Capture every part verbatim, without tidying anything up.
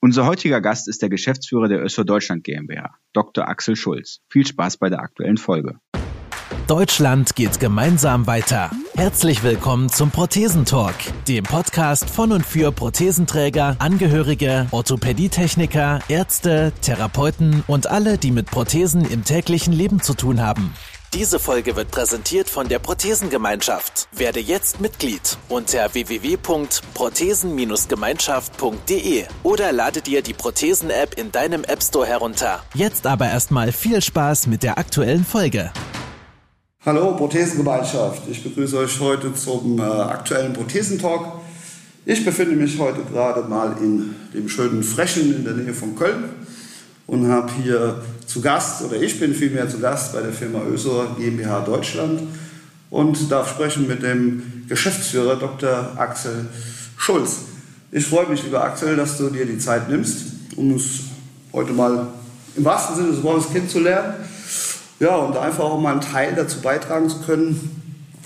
Unser heutiger Gast ist der Geschäftsführer der Össur Deutschland GmbH, Doktor Axel Schulz. Viel Spaß bei der aktuellen Folge. Deutschland geht gemeinsam weiter. Herzlich willkommen zum Prothesentalk, dem Podcast von und für Prothesenträger, Angehörige, Orthopädietechniker, Ärzte, Therapeuten und alle, die mit Prothesen im täglichen Leben zu tun haben. Diese Folge wird präsentiert von der Prothesengemeinschaft. Werde jetzt Mitglied unter w w w punkt prothesen gemeinschaft punkt d e oder lade dir die Prothesen-App in deinem App Store herunter. Jetzt aber erstmal viel Spaß mit der aktuellen Folge. Hallo Prothesengemeinschaft, ich begrüße euch heute zum äh, aktuellen Prothesentalk. Ich befinde mich heute gerade mal in dem schönen Frechen in der Nähe von Köln und habe hier zu Gast, oder ich bin vielmehr zu Gast bei der Firma Össur GmbH Deutschland und darf sprechen mit dem Geschäftsführer Doktor Axel Schulz. Ich freue mich, lieber Axel, dass du dir die Zeit nimmst, um uns heute mal im wahrsten Sinne des Wortes kennenzulernen. Ja, und einfach auch mal einen Teil dazu beitragen zu können,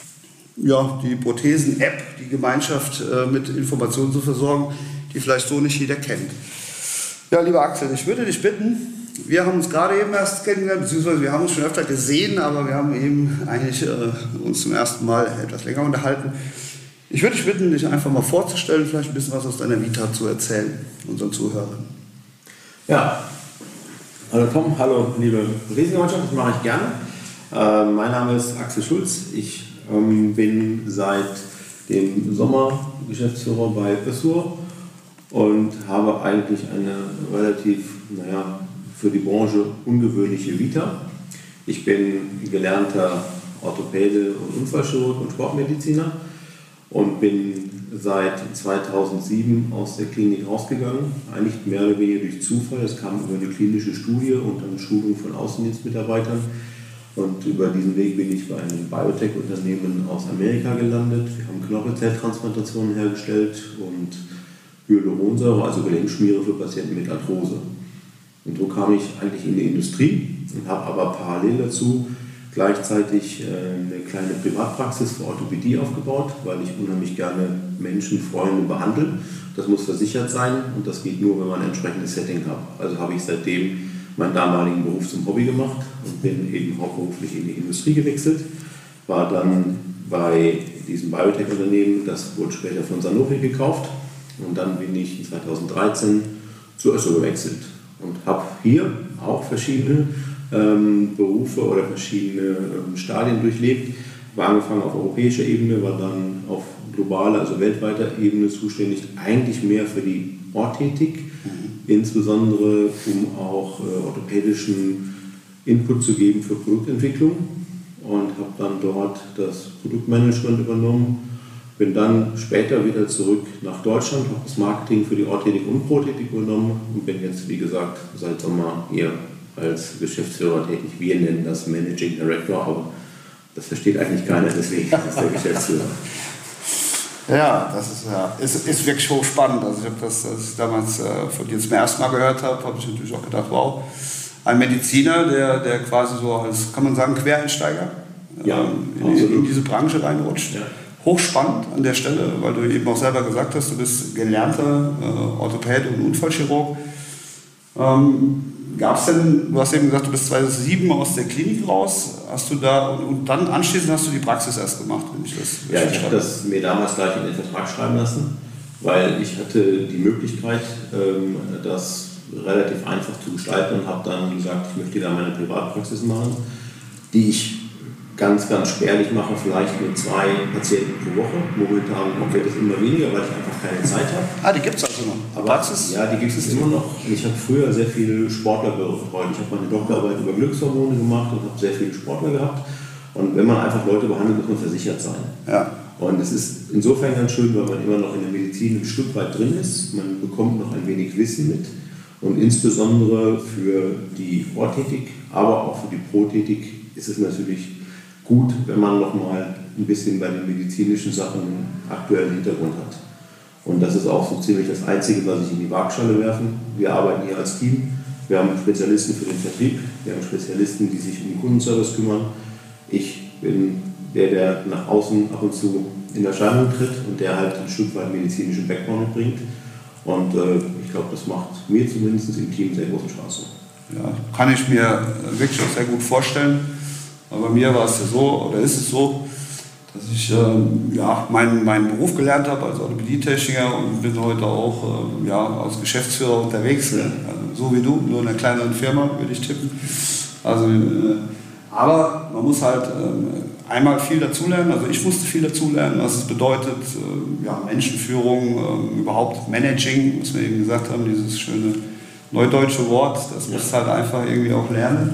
ja, die Prothesen-App, die Gemeinschaft äh, mit Informationen zu versorgen, die vielleicht so nicht jeder kennt. Ja, lieber Axel, ich würde dich bitten, wir haben uns gerade eben erst kennengelernt, beziehungsweise wir haben uns schon öfter gesehen, aber wir haben eben eigentlich äh, uns zum ersten Mal etwas länger unterhalten. Ich würde dich bitten, dich einfach mal vorzustellen, vielleicht ein bisschen was aus deiner Vita zu erzählen, unseren Zuhörern. Ja. Hallo Tom, hallo liebe Prothesengemeinschaft, das mache ich gerne. Äh, mein Name ist Axel Schulz, ich ähm, bin seit dem Sommer Geschäftsführer bei Össur und habe eigentlich eine relativ, naja, für die Branche ungewöhnliche Vita. Ich bin gelernter Orthopäde und Unfallchirurg und Sportmediziner und bin seit zweitausendsieben aus der Klinik rausgegangen, eigentlich mehr oder weniger durch Zufall. Das kam über eine klinische Studie und dann Schulung von Außendienstmitarbeitern. Und über diesen Weg bin ich bei einem Biotech-Unternehmen aus Amerika gelandet. Wir haben Knochenzelltransplantationen hergestellt und Hyaluronsäure, also Gelenkschmiere für Patienten mit Arthrose. Und so kam ich eigentlich in die Industrie und habe aber parallel dazu gleichzeitig eine kleine Privatpraxis für Orthopädie aufgebaut, weil ich unheimlich gerne Menschen, Freunde behandle. Das muss versichert sein und das geht nur, wenn man ein entsprechendes Setting hat. Also habe ich seitdem meinen damaligen Beruf zum Hobby gemacht und bin eben hauptberuflich in die Industrie gewechselt. War dann bei diesem Biotech-Unternehmen, das wurde später von Sanofi gekauft und dann bin ich zweitausenddreizehn zu Össur gewechselt und habe hier auch verschiedene Ähm, Berufe oder verschiedene ähm, Stadien durchlebt. War angefangen auf europäischer Ebene, war dann auf globaler, also weltweiter Ebene zuständig, eigentlich mehr für die Orthetik, mhm. insbesondere um auch äh, orthopädischen Input zu geben für Produktentwicklung und habe dann dort das Produktmanagement übernommen. Bin dann später wieder zurück nach Deutschland, habe das Marketing für die Orthetik und Prothetik übernommen und bin jetzt, wie gesagt, seit Sommer hier als Geschäftsführer tätig. Wir nennen das Managing Director, aber das versteht eigentlich keiner, deswegen ist der Geschäftsführer. Ja, das ist, ja, ist, ist wirklich hochspannend. Also ich habe das, als ich damals äh, von dir zum ersten Mal gehört habe, habe ich natürlich auch gedacht, wow, ein Mediziner, der, der quasi so als, kann man sagen, Quereinsteiger ja, ähm, in, in diese Branche reinrutscht. Ja. Hochspannend an der Stelle, weil du eben auch selber gesagt hast, du bist gelernter äh, Orthopäde und Unfallchirurg. Ähm, Gab es denn, du hast eben gesagt, du bist zweitausendsieben aus der Klinik raus, hast du da, und, und dann anschließend hast du die Praxis erst gemacht, wenn ich das Ja, ich habe das mir damals gleich in den Vertrag schreiben lassen, weil ich hatte die Möglichkeit, das relativ einfach zu gestalten und habe dann gesagt, ich möchte da meine Privatpraxis machen, die ich ganz, ganz spärlich mache, vielleicht mit zwei Patienten pro Woche. Momentan wird es immer weniger, weil ich einfach keine Zeit habe. Ah, die gibt es also noch? Aber Praxis? Ja, die gibt es immer noch. Ich habe früher sehr viele Sportler betreut. Ich habe meine Doktorarbeit über Glückshormone gemacht und habe sehr viele Sportler gehabt. Und wenn man einfach Leute behandelt, muss man versichert sein. Ja. Und es ist insofern ganz schön, weil man immer noch in der Medizin ein Stück weit drin ist. Man bekommt noch ein wenig Wissen mit. Und insbesondere für die Orthetik, aber auch für die Prothetik ist es natürlich gut, wenn man noch mal ein bisschen bei den medizinischen Sachen einen aktuellen Hintergrund hat. Und das ist auch so ziemlich das Einzige, was ich in die Waagschale werfen. Wir arbeiten hier als Team. Wir haben Spezialisten für den Vertrieb, wir haben Spezialisten, die sich um den Kundenservice kümmern. Ich bin der, der nach außen ab und zu in Erscheinung tritt und der halt ein Stück weit medizinischen Background mitbringt. Und äh, ich glaube, das macht mir zumindest im Team sehr großen Spaß. Ja, kann ich mir wirklich auch sehr gut vorstellen. Aber bei mir war es ja so, oder ist es so, dass ich äh, ja, meinen, meinen Beruf gelernt habe als Orthopädietechniker und bin heute auch äh, ja, als Geschäftsführer unterwegs. Ja. Also, so wie du, nur in einer kleineren Firma, würde ich tippen. Also, äh, aber man muss halt äh, einmal viel dazulernen. Also ich musste viel dazulernen, was es bedeutet, äh, ja, Menschenführung, äh, überhaupt Managing, was wir eben gesagt haben, dieses schöne neudeutsche Wort, das ja. musst du halt einfach irgendwie auch lernen.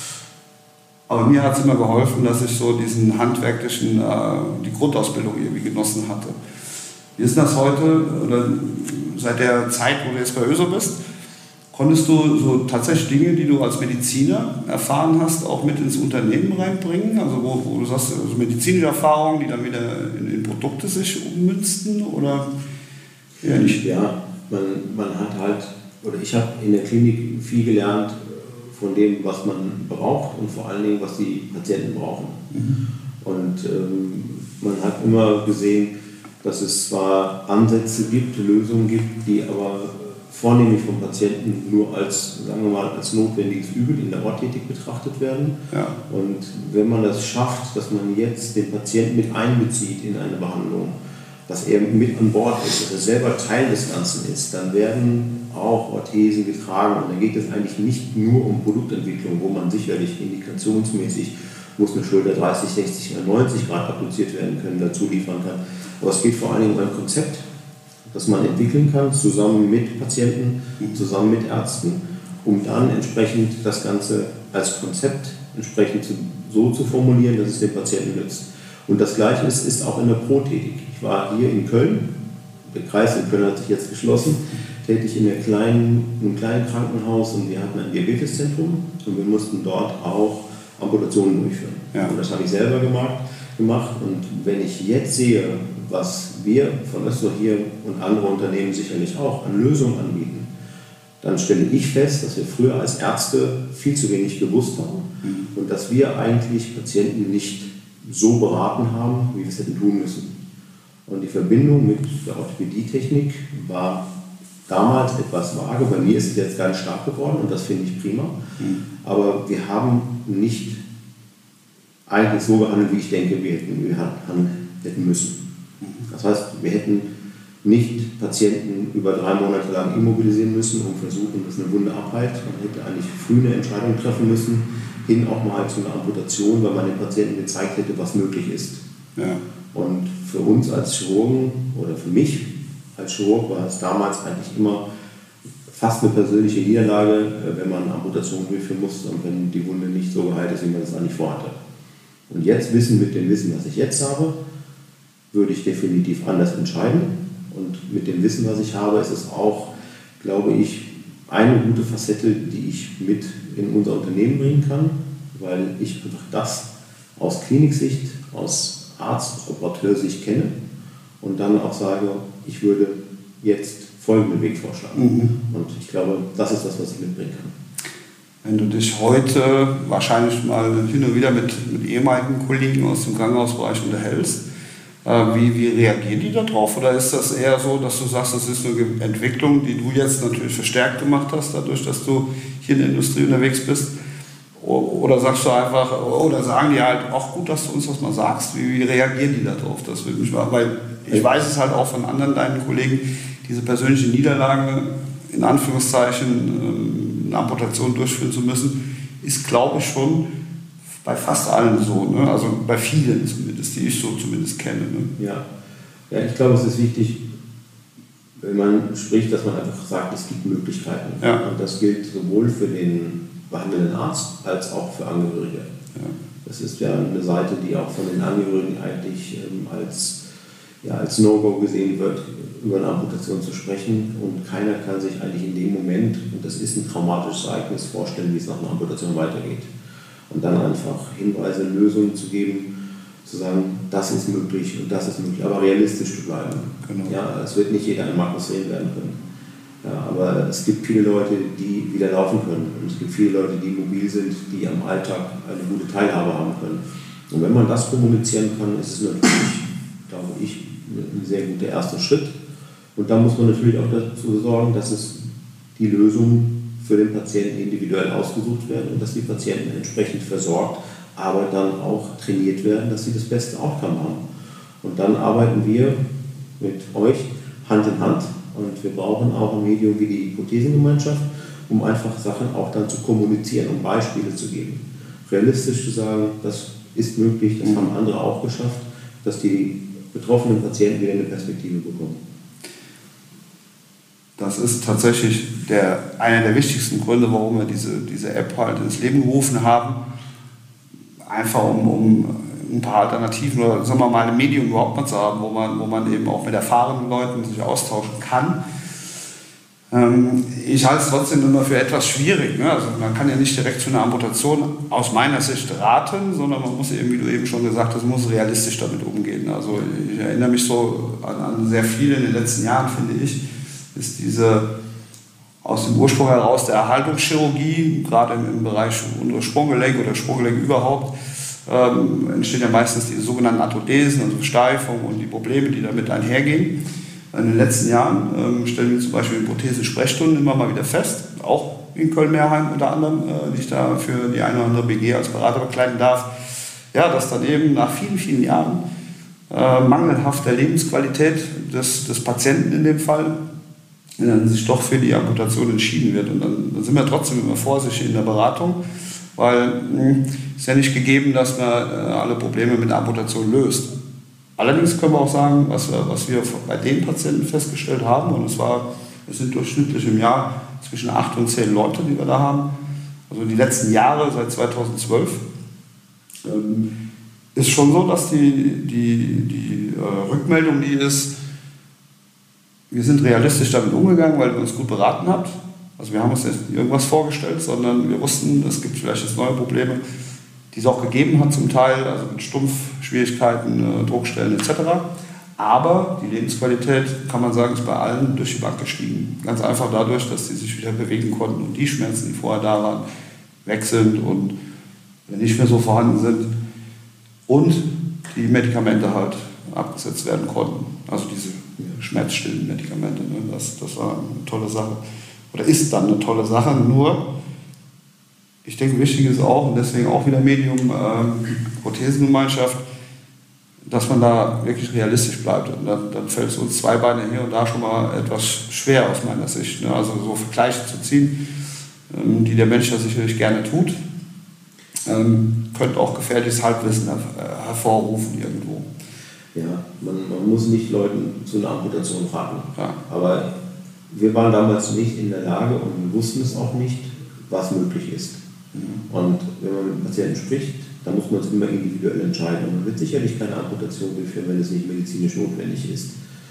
Aber mir hat es immer geholfen, dass ich so diesen handwerklichen, äh, die Grundausbildung irgendwie genossen hatte. Wie ist das heute, oder seit der Zeit, wo du jetzt bei Öso bist, konntest du so tatsächlich Dinge, die du als Mediziner erfahren hast, auch mit ins Unternehmen reinbringen? Also wo, wo du sagst, also medizinische Erfahrungen, die dann wieder in, in Produkte sich ummünzten, oder eher nicht? Ja, man, man hat halt, oder ich habe in der Klinik viel gelernt von dem, was man braucht und vor allen Dingen, was die Patienten brauchen. Mhm. Und ähm, man hat immer gesehen, dass es zwar Ansätze gibt, Lösungen gibt, die aber vornehmlich vom Patienten nur als, sagen wir mal, als notwendiges Übel in der Orttätik betrachtet werden. Ja. Und wenn man das schafft, dass man jetzt den Patienten mit einbezieht in eine Behandlung, dass er mit an Bord ist, dass er selber Teil des Ganzen ist, dann werden auch Orthesen getragen. Und dann geht es eigentlich nicht nur um Produktentwicklung, wo man sicherlich indikationsmäßig, muss eine Schulter dreißig, sechzig, neunzig Grad appliziert werden können, dazu liefern kann. Aber es geht vor allen Dingen um ein Konzept, das man entwickeln kann, zusammen mit Patienten, zusammen mit Ärzten, um dann entsprechend das Ganze als Konzept entsprechend zu, so zu formulieren, dass es dem Patienten nützt. Und das Gleiche ist, ist auch in der Prothetik. Ich war hier in Köln, der Kreis in Köln hat sich jetzt geschlossen, tätig in, der kleinen, in einem kleinen Krankenhaus, und wir hatten ein Diabeteszentrum und wir mussten dort auch Amputationen durchführen. Ja. Und das habe ich selber gemacht, gemacht. Und wenn ich jetzt sehe, was wir von Össo hier und andere Unternehmen sicherlich auch an Lösungen anbieten, dann stelle ich fest, dass wir früher als Ärzte viel zu wenig gewusst haben mhm. und dass wir eigentlich Patienten nicht so beraten haben, wie wir es hätten tun müssen. Und die Verbindung mit der Orthopädietechnik war damals etwas vage. Bei mir ist es jetzt ganz stark geworden und das finde ich prima. Mhm. Aber wir haben nicht eigentlich so gehandelt, wie ich denke, wir hätten, wir hätten müssen. Das heißt, wir hätten nicht Patienten über drei Monate lang immobilisieren müssen und versuchen, dass eine Wunde abheilt. Man hätte eigentlich früh eine Entscheidung treffen müssen, hin auch mal zu einer Amputation, weil man den Patienten gezeigt hätte, was möglich ist. Ja. Und für uns als Chirurgen oder für mich als Chirurg war es damals eigentlich immer fast eine persönliche Niederlage, wenn man Amputationen durchführen musste und wenn die Wunde nicht so geheilt ist, wie man das eigentlich vorhatte. Und jetzt wissen, mit dem Wissen, was ich jetzt habe, würde ich definitiv anders entscheiden. Und mit dem Wissen, was ich habe, ist es auch, glaube ich, eine gute Facette, die ich mit in unser Unternehmen bringen kann, weil ich einfach das aus Kliniksicht, aus Arzt-, Operateursicht kenne und dann auch sage, ich würde jetzt folgenden Weg vorschlagen. Mhm. Und ich glaube, das ist das, was ich mitbringen kann. Wenn du dich heute wahrscheinlich mal hin und wieder mit, mit ehemaligen Kollegen aus dem Krankenhausbereich unterhältst, äh, wie, wie reagieren die darauf? Oder ist das eher so, dass du sagst, das ist eine Entwicklung, die du jetzt natürlich verstärkt gemacht hast, dadurch, dass du hier in der Industrie unterwegs bist? Oder sagst du einfach, oder sagen die halt, auch gut, dass du uns das mal sagst, wie, wie reagieren die darauf? Das würde mich mal, weil ich weiß es halt auch von anderen deinen Kollegen, diese persönliche Niederlage, in Anführungszeichen, eine Amputation durchführen zu müssen, ist, glaube ich, schon bei fast allen so, ne? Also bei vielen zumindest, die ich so zumindest kenne. Ne? Ja. Ja, ich glaube, es ist wichtig, wenn man spricht, dass man einfach sagt, es gibt Möglichkeiten. Ja. Und das gilt sowohl für den behandelnden Arzt als auch für Angehörige. Ja. Das ist ja eine Seite, die auch von den Angehörigen eigentlich ähm, als, ja, als No-Go gesehen wird, über eine Amputation zu sprechen. Und keiner kann sich eigentlich in dem Moment, und das ist ein traumatisches Ereignis, vorstellen, wie es nach einer Amputation weitergeht. Und dann einfach Hinweise, Lösungen zu geben, zu sagen, das ist möglich und das ist möglich, aber realistisch zu bleiben. Genau. Ja, es wird nicht jeder ein Magnus Rehn werden können. Ja, aber es gibt viele Leute, die wieder laufen können. Und es gibt viele Leute, die mobil sind, die am Alltag eine gute Teilhabe haben können. Und wenn man das kommunizieren kann, ist es natürlich, glaube ich, ein sehr guter erster Schritt. Und da muss man natürlich auch dazu sorgen, dass es die Lösung für den Patienten individuell ausgesucht werden und dass die Patienten entsprechend versorgt, aber dann auch trainiert werden, dass sie das beste Outcome haben. Und dann arbeiten wir mit euch Hand in Hand und wir brauchen auch ein Medium wie die Prothesengemeinschaft, um einfach Sachen auch dann zu kommunizieren und Beispiele zu geben. Realistisch zu sagen, das ist möglich, das haben andere auch geschafft, dass die betroffenen Patienten wieder eine Perspektive bekommen. Das ist tatsächlich der, einer der wichtigsten Gründe, warum wir diese, diese App halt ins Leben gerufen haben. Einfach um, um ein paar Alternativen oder sagen wir mal ein Medium überhaupt mal zu haben, wo man, wo man eben auch mit erfahrenen Leuten sich austauschen kann. Ähm, ich halte es trotzdem immer für etwas schwierig. Ne? Also man kann ja nicht direkt zu einer Amputation aus meiner Sicht raten, sondern man muss eben, wie du eben schon gesagt hast, muss realistisch damit umgehen. Also ich erinnere mich so an, an sehr viele in den letzten Jahren, finde ich, ist diese aus dem Ursprung heraus der Erhaltungschirurgie, gerade im, im Bereich unserer Sprunggelenk oder Sprunggelenk überhaupt, ähm, entstehen ja meistens diese sogenannten Arthrodesen, also Versteifung und die Probleme, die damit einhergehen. In den letzten Jahren ähm, stellen wir zum Beispiel in Prothesen-Sprechstunden immer mal wieder fest, auch in Köln-Meerheim unter anderem, äh, die ich da für die eine oder andere B G als Berater begleiten darf, ja, dass dann eben nach vielen, vielen Jahren äh, mangelhafter Lebensqualität des, des Patienten in dem Fall, dann sich doch für die Amputation entschieden wird. Und dann, dann sind wir trotzdem immer vorsichtig in der Beratung, weil es ist ja nicht gegeben, dass man äh, alle Probleme mit der Amputation löst. Allerdings können wir auch sagen, was wir, was wir bei den Patienten festgestellt haben, und es, war, es sind durchschnittlich im Jahr zwischen acht und zehn Leute, die wir da haben, also die letzten Jahre, seit zweitausendzwölf, ähm, ist schon so, dass die, die, die äh, Rückmeldung, die ist, wir sind realistisch damit umgegangen, weil ihr uns gut beraten habt. Also wir haben uns nicht irgendwas vorgestellt, sondern wir wussten, es gibt vielleicht jetzt neue Probleme, die es auch gegeben hat zum Teil, also mit Stumpfschwierigkeiten, Druckstellen et cetera. Aber die Lebensqualität, kann man sagen, ist bei allen durch die Bank gestiegen. Ganz einfach dadurch, dass die sich wieder bewegen konnten und die Schmerzen, die vorher da waren, weg sind und nicht mehr so vorhanden sind. Und die Medikamente halt abgesetzt werden konnten. Also diese schmerzstillenden Medikamente. Ne? Das, das war eine tolle Sache. Oder ist dann eine tolle Sache, nur ich denke, wichtig ist auch, und deswegen auch wieder Medium, äh, Prothesengemeinschaft, dass man da wirklich realistisch bleibt. Und dann, dann fällt es uns zwei Beine hier und da schon mal etwas schwer aus meiner Sicht. Ne? Also so Vergleiche zu ziehen, ähm, die der Mensch ja sicherlich gerne tut, ähm, könnte auch gefährliches Halbwissen her hervorrufen irgendwo. Ja, man, man muss nicht Leuten zu einer Amputation raten. Ja. Aber wir waren damals nicht in der Lage und wir wussten es auch nicht, was möglich ist. Mhm. Und wenn man mit dem Patienten spricht, dann muss man es immer individuell entscheiden. Und man wird sicherlich keine Amputation durchführen, wenn es nicht medizinisch notwendig ist.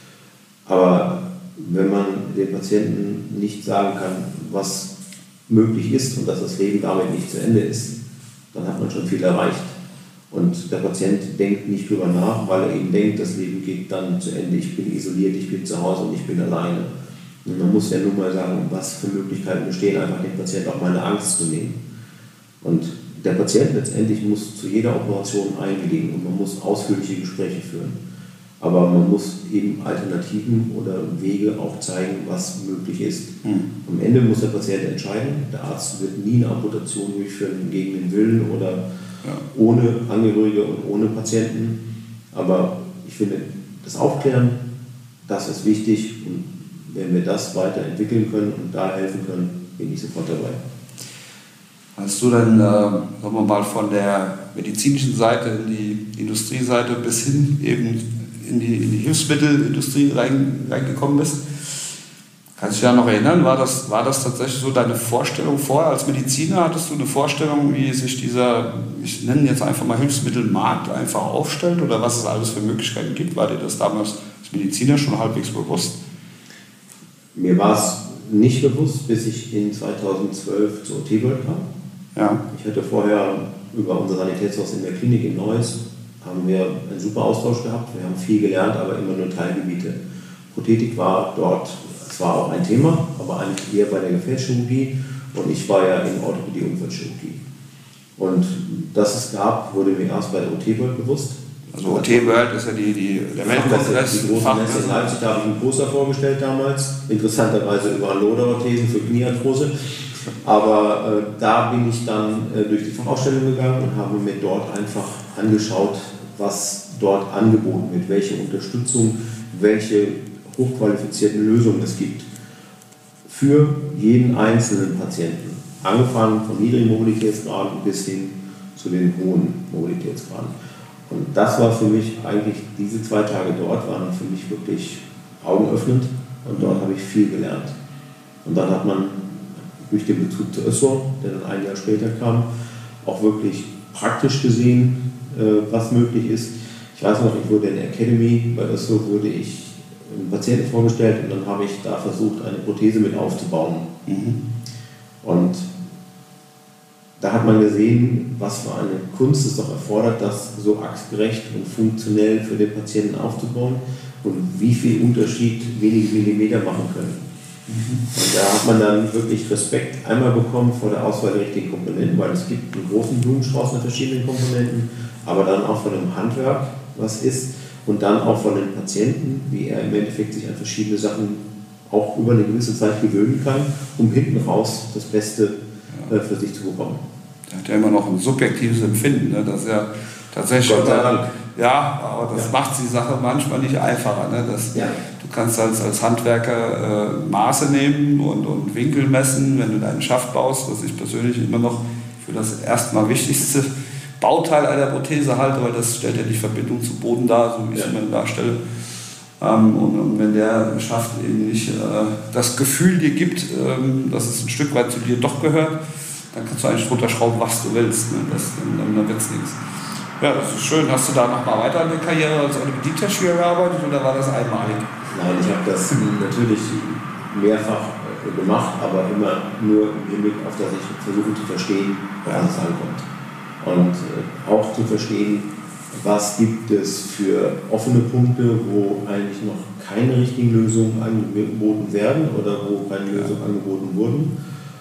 Aber wenn man dem Patienten nicht sagen kann, was möglich ist und dass das Leben damit nicht zu Ende ist, dann hat man schon viel erreicht. Und der Patient denkt nicht drüber nach, weil er eben denkt, das Leben geht dann zu Ende, ich bin isoliert, ich bin zu Hause und ich bin alleine. Und man muss ja nun mal sagen, was für Möglichkeiten bestehen, einfach dem Patienten auch mal eine Angst zu nehmen. Und der Patient letztendlich muss zu jeder Operation einwilligen und man muss ausführliche Gespräche führen. Aber man muss eben Alternativen oder Wege auch zeigen, was möglich ist. Mhm. Am Ende muss der Patient entscheiden. Der Arzt wird nie eine Amputation durchführen gegen den Willen oder ja. ohne Angehörige und ohne Patienten. Aber ich finde, das Aufklären, das ist wichtig. Und wenn wir das weiterentwickeln können und da helfen können, bin ich sofort dabei. Hast du dann, äh, sagen wir mal, von der medizinischen Seite in die Industrieseite bis hin eben in die, in die Hilfsmittelindustrie rein, reingekommen bist? Kannst du dich ja noch erinnern, war das, war das tatsächlich so deine Vorstellung vorher als Mediziner? Hattest du eine Vorstellung, wie sich dieser, ich nenne jetzt einfach mal Hilfsmittelmarkt einfach aufstellt oder was es alles für Möglichkeiten gibt? War dir das damals als Mediziner schon halbwegs bewusst? Mir war es nicht bewusst, bis ich in zweitausendzwölf zur O T-World kam. Ja. Ich hatte vorher über unser Sanitätshaus in der Klinik in Neuss haben wir einen super Austausch gehabt. Wir haben viel gelernt, aber immer nur Teilgebiete. Prothetik war dort zwar auch ein Thema, aber eigentlich eher bei der Gefäßchirurgie und ich war ja in Orthopädie und Unfallchirurgie. Und dass es gab, wurde mir erst bei der O T-World bewusst Also O T-World ist ja die, die, der Weltkongress. Die große Messe in Leipzig, da habe ich ein Poster vorgestellt damals, interessanterweise über Loderorthesen für Kniearthrose. Aber äh, da bin ich dann äh, durch die Fachausstellung gegangen und habe mir dort einfach angeschaut, was dort angeboten wird, welche Unterstützung, welche hochqualifizierten Lösungen es gibt für jeden einzelnen Patienten. Angefangen von niedrigen Mobilitätsgraden bis hin zu den hohen Mobilitätsgraden. Und das war für mich eigentlich, diese zwei Tage dort waren für mich wirklich augenöffnend und dort habe ich viel gelernt. Und dann hat man durch den Bezug zu Össur, der dann ein Jahr später kam, auch wirklich praktisch gesehen, was möglich ist. Ich weiß noch, ich wurde in der Academy, bei Össur wurde ich einem Patienten vorgestellt und dann habe ich da versucht, eine Prothese mit aufzubauen. Mhm. Und da hat man gesehen, was für eine Kunst es doch erfordert, das so achsgerecht und funktionell für den Patienten aufzubauen und wie viel Unterschied wenige Millimeter machen können. Mhm. Und da hat man dann wirklich Respekt einmal bekommen vor der Auswahl der richtigen Komponenten, weil es gibt einen großen Blumenstrauß mit verschiedenen Komponenten, aber dann auch von dem Handwerk, was ist, und dann auch von den Patienten, wie er im Endeffekt sich an verschiedene Sachen auch über eine gewisse Zeit gewöhnen kann, um hinten raus das Beste äh, für sich zu bekommen. Der hat ja immer noch ein subjektives Empfinden, ne? Das ist ja tatsächlich Gott sei Dank. Ja, aber das ja. macht die Sache manchmal nicht einfacher. Ne? Das, ja. Du kannst als, als Handwerker äh, Maße nehmen und, und Winkel messen, wenn du deinen Schaft baust, was ich persönlich immer noch für das erstmal wichtigste Bauteil einer Prothese halte, weil das stellt ja die Verbindung zu Boden dar, so wie ich es ja. immer darstelle. Ähm, und, und wenn der Schaft eben nicht äh, das Gefühl dir gibt, ähm, dass es ein Stück weit zu dir doch gehört, dann kannst du eigentlich runterschrauben, was du willst. Ne? Das, dann dann wird es nichts. Ja, das ist schön. Hast du da noch mal weiter in der Karriere als Orthopädie-Techniker gearbeitet oder war das einmalig? Nein, ich habe das natürlich mehrfach gemacht, aber immer nur im Hinblick auf das ich versuche zu verstehen, was ja. es ankommt. Und äh, auch zu verstehen, was gibt es für offene Punkte, wo eigentlich noch keine richtigen Lösungen angeboten werden oder wo keine Lösungen ja. angeboten wurden.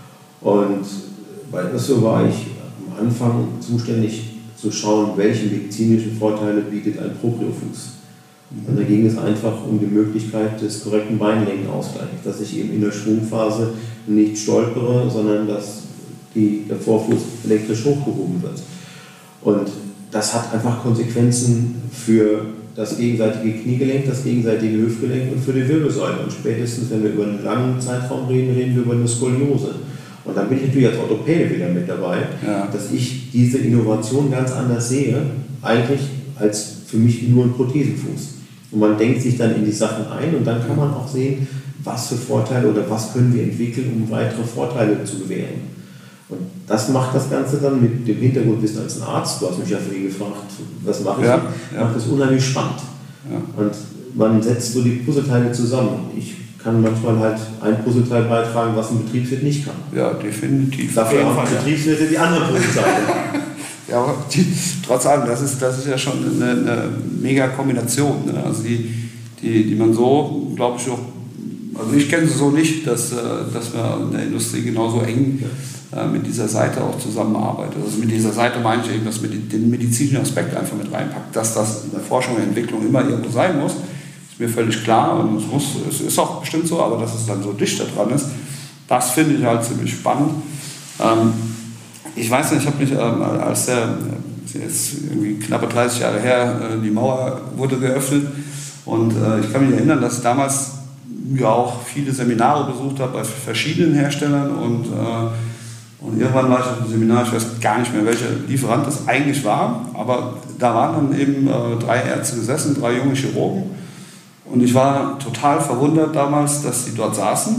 Und bei Össur war ich am Anfang zuständig zu schauen, welche medizinischen Vorteile bietet ein Propriofuß. Und da ging es einfach um die Möglichkeit des korrekten Beinlängenausgleichs, dass ich eben in der Schwungphase nicht stolpere, sondern dass die, der Vorfuß elektrisch hochgehoben wird. Und das hat einfach Konsequenzen für das gegenseitige Kniegelenk, das gegenseitige Hüftgelenk und für die Wirbelsäule. Und spätestens, wenn wir über einen langen Zeitraum reden, reden wir über eine Skoliose. Und dann bin ich natürlich als Orthopäde wieder mit dabei, ja. dass ich diese Innovation ganz anders sehe, eigentlich als für mich nur ein Prothesenfuß. Und man denkt sich dann in die Sachen ein und dann kann man auch sehen, was für Vorteile oder was können wir entwickeln, um weitere Vorteile zu gewähren. Und das macht das Ganze dann mit dem Hintergrundwissen als ein Arzt, du hast mich ja vorhin gefragt, was mache ich, ja, ja. macht das unheimlich spannend. Ja. Und man setzt so die Puzzleteile zusammen. Ich kann manchmal halt ein Puzzleteil beitragen, was ein Betriebswirt nicht kann. Ja, definitiv. Dafür haben Betriebswirte die andere Puzzleteile. Ja, aber die, trotz allem, das ist, das ist ja schon eine, eine mega Kombination. Ne? Also die, die, die man so, glaube ich, auch, also ich kenne sie so nicht, dass, dass wir in der Industrie genauso eng äh, mit dieser Seite auch zusammenarbeitet. Also mit dieser Seite meine ich eben, dass man den medizinischen Aspekt einfach mit reinpackt. Dass das in der Forschung und Entwicklung immer irgendwo sein muss, ist mir völlig klar und es, muss, es ist auch bestimmt so, aber dass es dann so dicht da dran ist, das finde ich halt ziemlich spannend. Ähm, ich weiß nicht, ich habe mich, ähm, als der, jetzt irgendwie knappe dreißig Jahre her, äh, die Mauer wurde geöffnet und äh, ich kann mich erinnern, dass ich damals ja auch viele Seminare besucht habe bei verschiedenen Herstellern und, äh, und irgendwann war ich auf einem Seminar, ich weiß gar nicht mehr, welcher Lieferant das eigentlich war, aber da waren dann eben äh, drei Ärzte gesessen, drei junge Chirurgen. Und ich war total verwundert damals, dass sie dort saßen.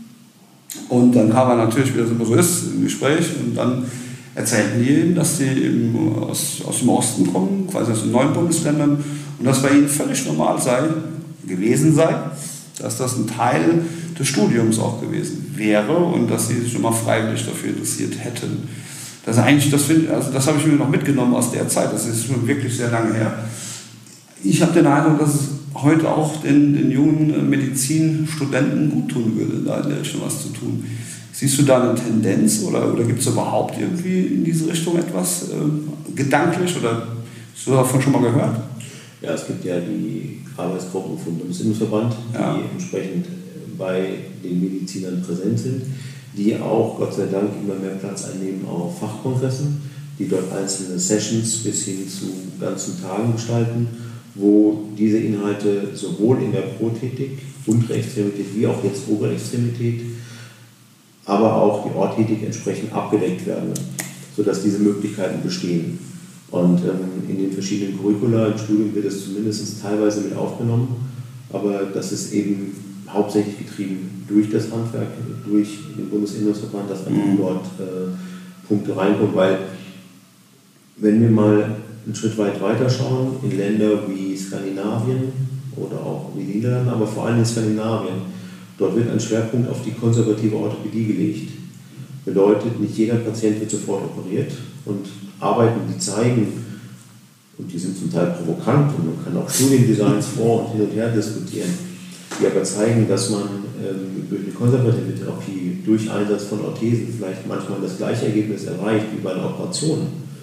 Und dann kam er natürlich, wie das immer so ist, im Gespräch. Und dann erzählten die eben, dass sie eben aus, aus dem Osten kommen, quasi aus den neuen Bundesländern. Und dass bei ihnen völlig normal sei, gewesen sei, dass das ein Teil des Studiums auch gewesen wäre und dass sie sich nochmal freiwillig dafür interessiert hätten. Das ist eigentlich, das, find, also das habe ich mir noch mitgenommen aus der Zeit. Das ist schon wirklich sehr lange her. Ich habe den Eindruck, dass es heute auch den, den jungen Medizinstudenten gut tun würde, da in der Richtung was zu tun. Siehst du da eine Tendenz oder, oder gibt es überhaupt irgendwie in diese Richtung etwas äh, gedanklich oder hast du davon schon mal gehört? Ja, es gibt ja die Arbeitsgruppen vom Bundesinnungsverband, die ja. entsprechend bei den Medizinern präsent sind, die auch Gott sei Dank immer mehr Platz einnehmen auf Fachkongressen, die dort einzelne Sessions bis hin zu ganzen Tagen gestalten, wo diese Inhalte sowohl in der Prothetik, untere Extremität wie auch jetzt obere Extremität, aber auch die Orthetik entsprechend abgedeckt werden, sodass diese Möglichkeiten bestehen. Und ähm, in den verschiedenen Curricula im Studium wird es zumindest teilweise mit aufgenommen, aber das ist eben hauptsächlich getrieben durch das Handwerk, durch den Bundesinnungsverband, dass man mhm. dort äh, Punkte reinkommt, weil wenn wir mal einen Schritt weit weiter schauen, in Länder wie Skandinavien oder auch wie Niederlande, aber vor allem in Skandinavien, dort wird ein Schwerpunkt auf die konservative Orthopädie gelegt. Bedeutet, nicht jeder Patient wird sofort operiert und Arbeiten, die zeigen, und die sind zum Teil provokant und man kann auch Studiendesigns vor und hin und her diskutieren, die aber zeigen, dass man ähm, durch eine konservative Therapie, durch Einsatz von Orthesen vielleicht manchmal das gleiche Ergebnis erreicht wie bei einer Operation.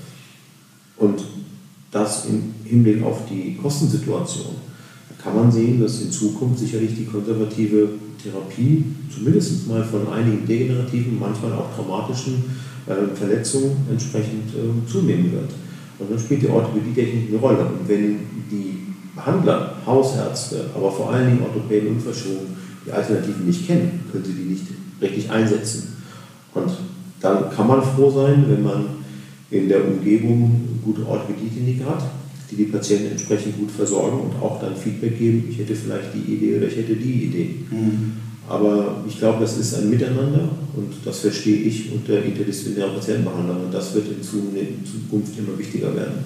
Und das im Hinblick auf die Kostensituation. Da kann man sehen, dass in Zukunft sicherlich die konservative Therapie zumindest mal von einigen degenerativen, manchmal auch traumatischen äh, Verletzungen entsprechend äh, zunehmen wird. Und dann spielt die Orthopädietechnik eine Rolle. Und wenn die Behandler, Hausärzte, aber vor allen Dingen Orthopäden und Verschoben die Alternativen nicht kennen, können sie die nicht richtig einsetzen. Und dann kann man froh sein, wenn man in der Umgebung gute Orthopädie-Kliniken hat, die die Patienten entsprechend gut versorgen und auch dann Feedback geben, ich hätte vielleicht die Idee oder ich hätte die Idee. Mhm. Aber ich glaube, das ist ein Miteinander und das verstehe ich unter interdisziplinärer Patientenbehandlung und das wird in Zukunft immer wichtiger werden.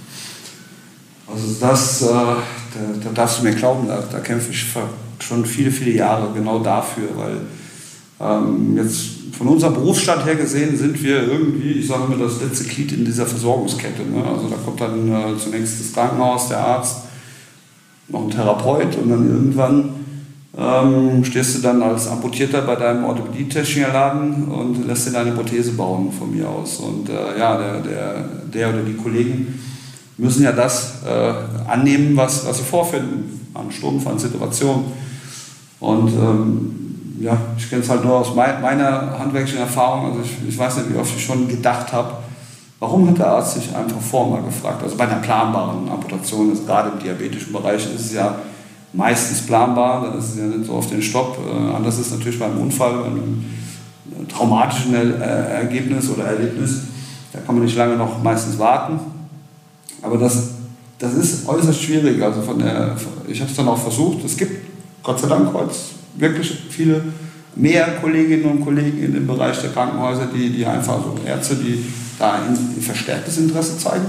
Also das, äh, da, da darfst du mir glauben, da, da kämpfe ich schon viele, viele Jahre genau dafür, weil ähm, jetzt von unserem Berufsstand her gesehen sind wir irgendwie, ich sage immer, das letzte Glied in dieser Versorgungskette. Ne? Also da kommt dann äh, zunächst das Krankenhaus, der Arzt, noch ein Therapeut und dann irgendwann ähm, stehst du dann als Amputierter bei deinem Orthopädie-Technikerladen und lässt dir deine Prothese bauen von mir aus. Und äh, ja, der, der, der oder die Kollegen müssen ja das äh, annehmen, was, was sie vorfinden, an Stumpf, an Situation. Und ähm, ja, ich kenne es halt nur aus mein, meiner handwerklichen Erfahrung, also ich, ich weiß nicht, wie oft ich schon gedacht habe, warum hat der Arzt sich einfach vorher mal gefragt? Also bei einer planbaren Amputation, ist, gerade im diabetischen Bereich, ist es ja meistens planbar, dann ist es ja nicht so auf den Stopp. Äh, anders ist es natürlich beim Unfall, bei einem traumatischen er äh, Ergebnis oder Erlebnis, da kann man nicht lange noch meistens warten. Aber das, das ist äußerst schwierig. Also von der, ich habe es dann auch versucht, es gibt Gott sei Dank heute wirklich viele mehr Kolleginnen und Kollegen in dem Bereich der Krankenhäuser, die, die einfach so Ärzte, die da ein verstärktes Interesse zeigen.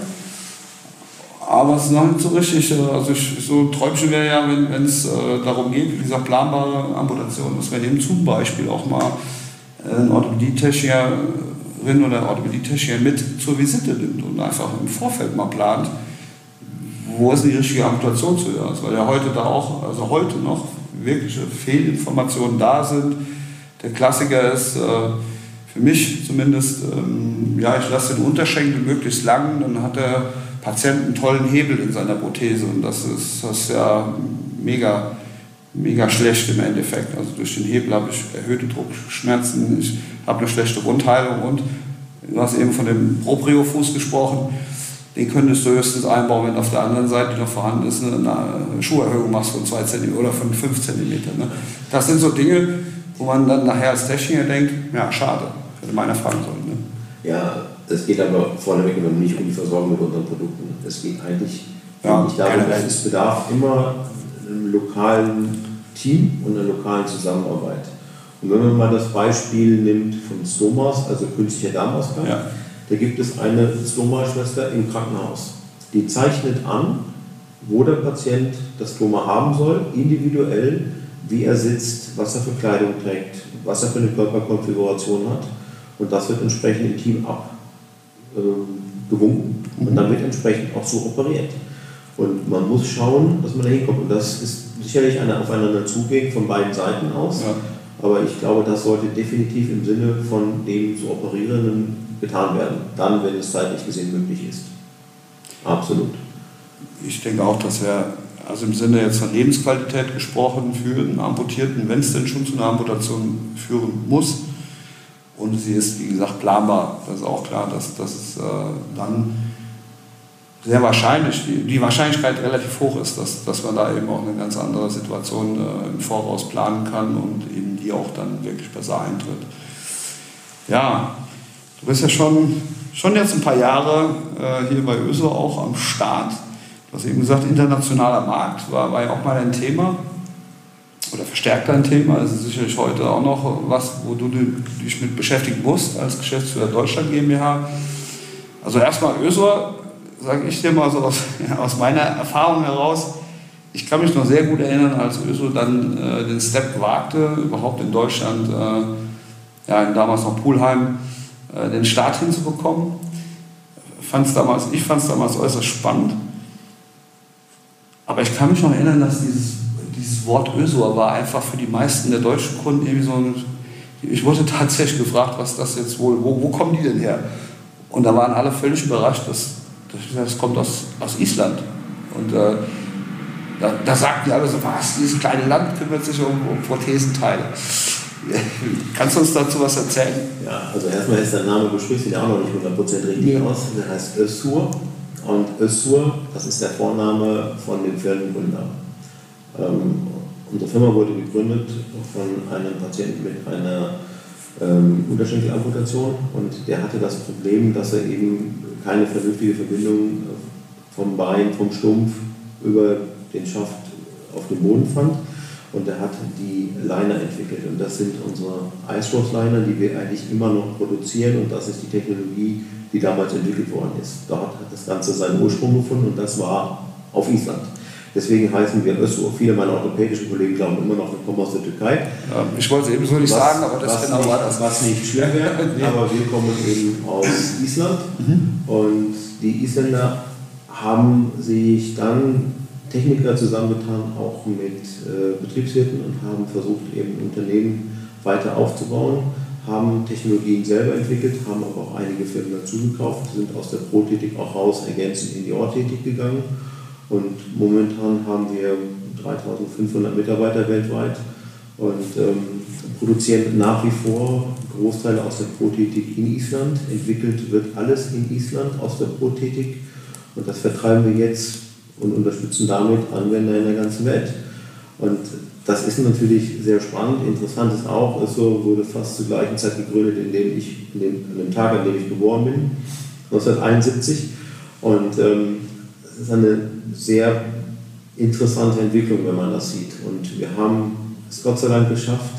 Aber es ist noch nicht so richtig, also ich, so ein Träumchen wäre ja, wenn, wenn es äh, darum geht, wie gesagt, planbare Amputation, dass man eben zum Beispiel auch mal eine Orthopädietechnikerin oder Orthopädietechniker mit zur Visite nimmt und einfach im Vorfeld mal plant, wo ist die richtige Amputation zu hören. Weil ja heute da auch, also heute noch wirkliche Fehlinformationen da sind. Der Klassiker ist äh, für mich zumindest, ähm, ja, ich lasse den Unterschenkel möglichst lang, dann hat der Patient einen tollen Hebel in seiner Prothese und das ist, das ist ja mega, mega schlecht im Endeffekt. Also durch den Hebel habe ich erhöhte Druckschmerzen, ich habe eine schlechte Wundheilung und du hast eben von dem Proprio-Fuß gesprochen. Den könntest du höchstens einbauen, wenn auf der anderen Seite, die noch vorhanden ist, eine Schuherhöhung machst von zwei Zentimeter oder von fünf Zentimeter. Ne? Das sind so Dinge, wo man dann nachher als Techniker denkt, ja, schade, hätte meiner fragen sollen. Ne? Ja, es geht aber vorneweg nicht um die Versorgung mit unseren Produkten. Es geht eigentlich ja, nicht darum, es bedarf immer einem lokalen Team und einer lokalen Zusammenarbeit. Und wenn man mal das Beispiel nimmt von Stomas, also künstlicher Darmausgang, ja. Da gibt es eine Stoma-Schwester im Krankenhaus. Die zeichnet an, wo der Patient das Stoma haben soll, individuell, wie er sitzt, was er für Kleidung trägt, was er für eine Körperkonfiguration hat. Und das wird entsprechend im Team abgewunken. Ähm, und dann wird entsprechend auch so operiert. Und man muss schauen, dass man da hinkommt. Und das ist sicherlich eine aufeinander zugehen von beiden Seiten aus. Ja. Aber ich glaube, das sollte definitiv im Sinne von dem zu Operierenden getan werden, dann, wenn es zeitlich gesehen möglich ist. Absolut. ich denke auch, dass wir also im Sinne jetzt von Lebensqualität gesprochen für einen Amputierten, wenn es denn schon zu einer Amputation führen muss. Und sie ist, wie gesagt, planbar. Das ist auch klar, dass, dass es äh, dann sehr wahrscheinlich, die, die Wahrscheinlichkeit relativ hoch ist, dass, dass man da eben auch eine ganz andere Situation äh, im Voraus planen kann und eben die auch dann wirklich besser eintritt. Ja, du bist ja schon, schon jetzt ein paar Jahre äh, hier bei Össo auch am Start. Du hast eben gesagt, internationaler Markt war, war ja auch mal ein Thema oder verstärkt ein Thema. Das ist sicherlich heute auch noch was, wo du dich mit beschäftigen musst als Geschäftsführer Deutschland GmbH. Also erstmal Össo, sage ich dir mal so aus, ja, aus meiner Erfahrung heraus, ich kann mich noch sehr gut erinnern, als Össo dann äh, den Step wagte, überhaupt in Deutschland, äh, ja, damals noch Pulheim, äh, den Start hinzubekommen. Fand's damals, ich fand es damals äußerst spannend. Aber ich kann mich noch erinnern, dass dieses, dieses Wort Össo war einfach für die meisten der deutschen Kunden irgendwie so ein, ich wurde tatsächlich gefragt, was das jetzt wohl, wo, wo kommen die denn her? Und da waren alle völlig überrascht, dass das kommt aus, aus Island. Und äh, da, da sagten die alle so, was, dieses kleine Land kümmert sich um, um Prothesenteile. Kannst du uns dazu was erzählen? Ja, also erstmal ist der Name, du sprichst ihn ja auch noch nicht hundert Prozent richtig ja. aus. Der heißt Össur. Und Össur, das ist der Vorname von dem Firmengründer. Ähm, unsere Firma wurde gegründet von einem Patienten mit einer ähm, Unterschenkelamputation und der hatte das Problem, dass er eben keine vernünftige Verbindung vom Bein, vom Stumpf über den Schaft auf dem Boden fand. Und er hat die Liner entwickelt. Und das sind unsere Eisstoßliner, die wir eigentlich immer noch produzieren. Und das ist die Technologie, die damals entwickelt worden ist. Dort hat das Ganze seinen Ursprung gefunden und das war auf Island. Deswegen heißen wir Össur. Viele meiner orthopädischen Kollegen glauben immer noch, wir kommen aus der Türkei. Ja, ich wollte es eben so nicht was, sagen, aber das genau nicht, war das. Was nicht schwer wäre, nee. Aber wir kommen eben aus Island. Mhm. Und die Isländer haben sich dann Techniker zusammengetan, auch mit äh, Betriebswirten und haben versucht, eben Unternehmen weiter aufzubauen, haben Technologien selber entwickelt, haben aber auch einige Firmen dazugekauft, sind aus der Prothetik auch raus, ergänzend in die Orthetik gegangen. Und momentan haben wir dreitausendfünfhundert Mitarbeiter weltweit und ähm, produzieren nach wie vor Großteile aus der Prothetik in Island. Entwickelt wird alles in Island aus der Prothetik und das vertreiben wir jetzt und unterstützen damit Anwender in der ganzen Welt. Und das ist natürlich sehr spannend. Interessant ist auch, Össur wurde fast zur gleichen Zeit gegründet, in dem ich, in dem, an dem Tag, an dem ich geboren bin, neunzehnhunderteinundsiebzig. Und ähm, es ist eine sehr interessante Entwicklung, wenn man das sieht. Und wir haben es Gott sei Dank geschafft,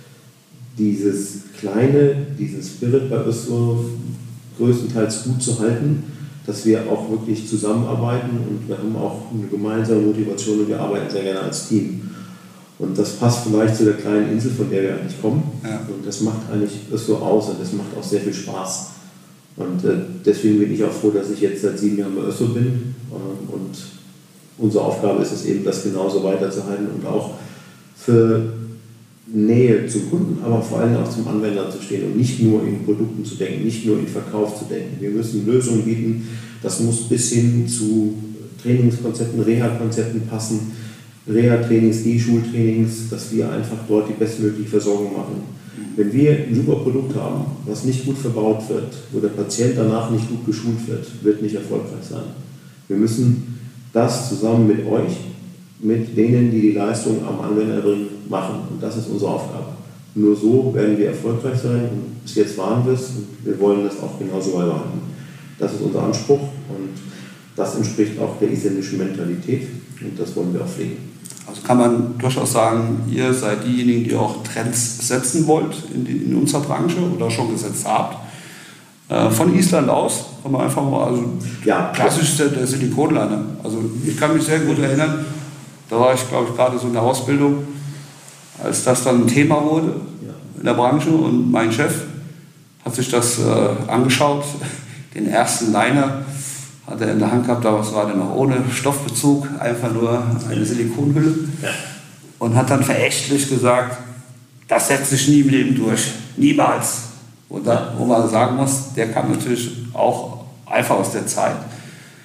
dieses kleine, diesen Spirit bei Össur größtenteils gut zu halten, dass wir auch wirklich zusammenarbeiten und wir haben auch eine gemeinsame Motivation und wir arbeiten sehr gerne als Team. Und das passt vielleicht zu der kleinen Insel, von der wir eigentlich kommen. Ja. Und das macht eigentlich Össur aus und das macht auch sehr viel Spaß. Und äh, deswegen bin ich auch froh, dass ich jetzt seit sieben Jahren bei Össur bin. Ähm, und unsere Aufgabe ist es eben, das genauso weiterzuhalten und auch für Nähe zum Kunden, aber vor allem auch zum Anwender zu stehen und nicht nur in Produkten zu denken, nicht nur in Verkauf zu denken. Wir müssen Lösungen bieten, das muss bis hin zu Trainingskonzepten, Reha-Konzepten passen, Reha-Trainings, E-Schultrainings, dass wir einfach dort die bestmögliche Versorgung machen. Wenn wir ein super Produkt haben, was nicht gut verbaut wird, wo der Patient danach nicht gut geschult wird, wird nicht erfolgreich sein. Wir müssen das zusammen mit euch, mit denen, die die Leistung am Anwender bringen, machen. Und das ist unsere Aufgabe. Nur so werden wir erfolgreich sein. Und bis jetzt waren wir es und wir wollen das auch genauso beibehalten. Das ist unser Anspruch und das entspricht auch der isländischen Mentalität und das wollen wir auch pflegen. Also kann man durchaus sagen, ihr seid diejenigen, die auch Trends setzen wollt in, die, in unserer Branche oder schon gesetzt habt. Äh, von Island aus, kann man einfach mal, also ja, klassisch ist der, der Silikonliner. Also ich kann mich sehr gut erinnern, da war ich, glaube ich, gerade so in der Ausbildung, als das dann ein Thema wurde ja. in der Branche und mein Chef hat sich das äh, angeschaut, den ersten Liner hat er in der Hand gehabt, aber es war dann noch ohne Stoffbezug, einfach nur eine Silikonhülle ja. und hat dann verächtlich gesagt, das setzt sich nie im Leben durch, niemals. Und da, wo man sagen muss, der kam natürlich auch einfach aus der Zeit.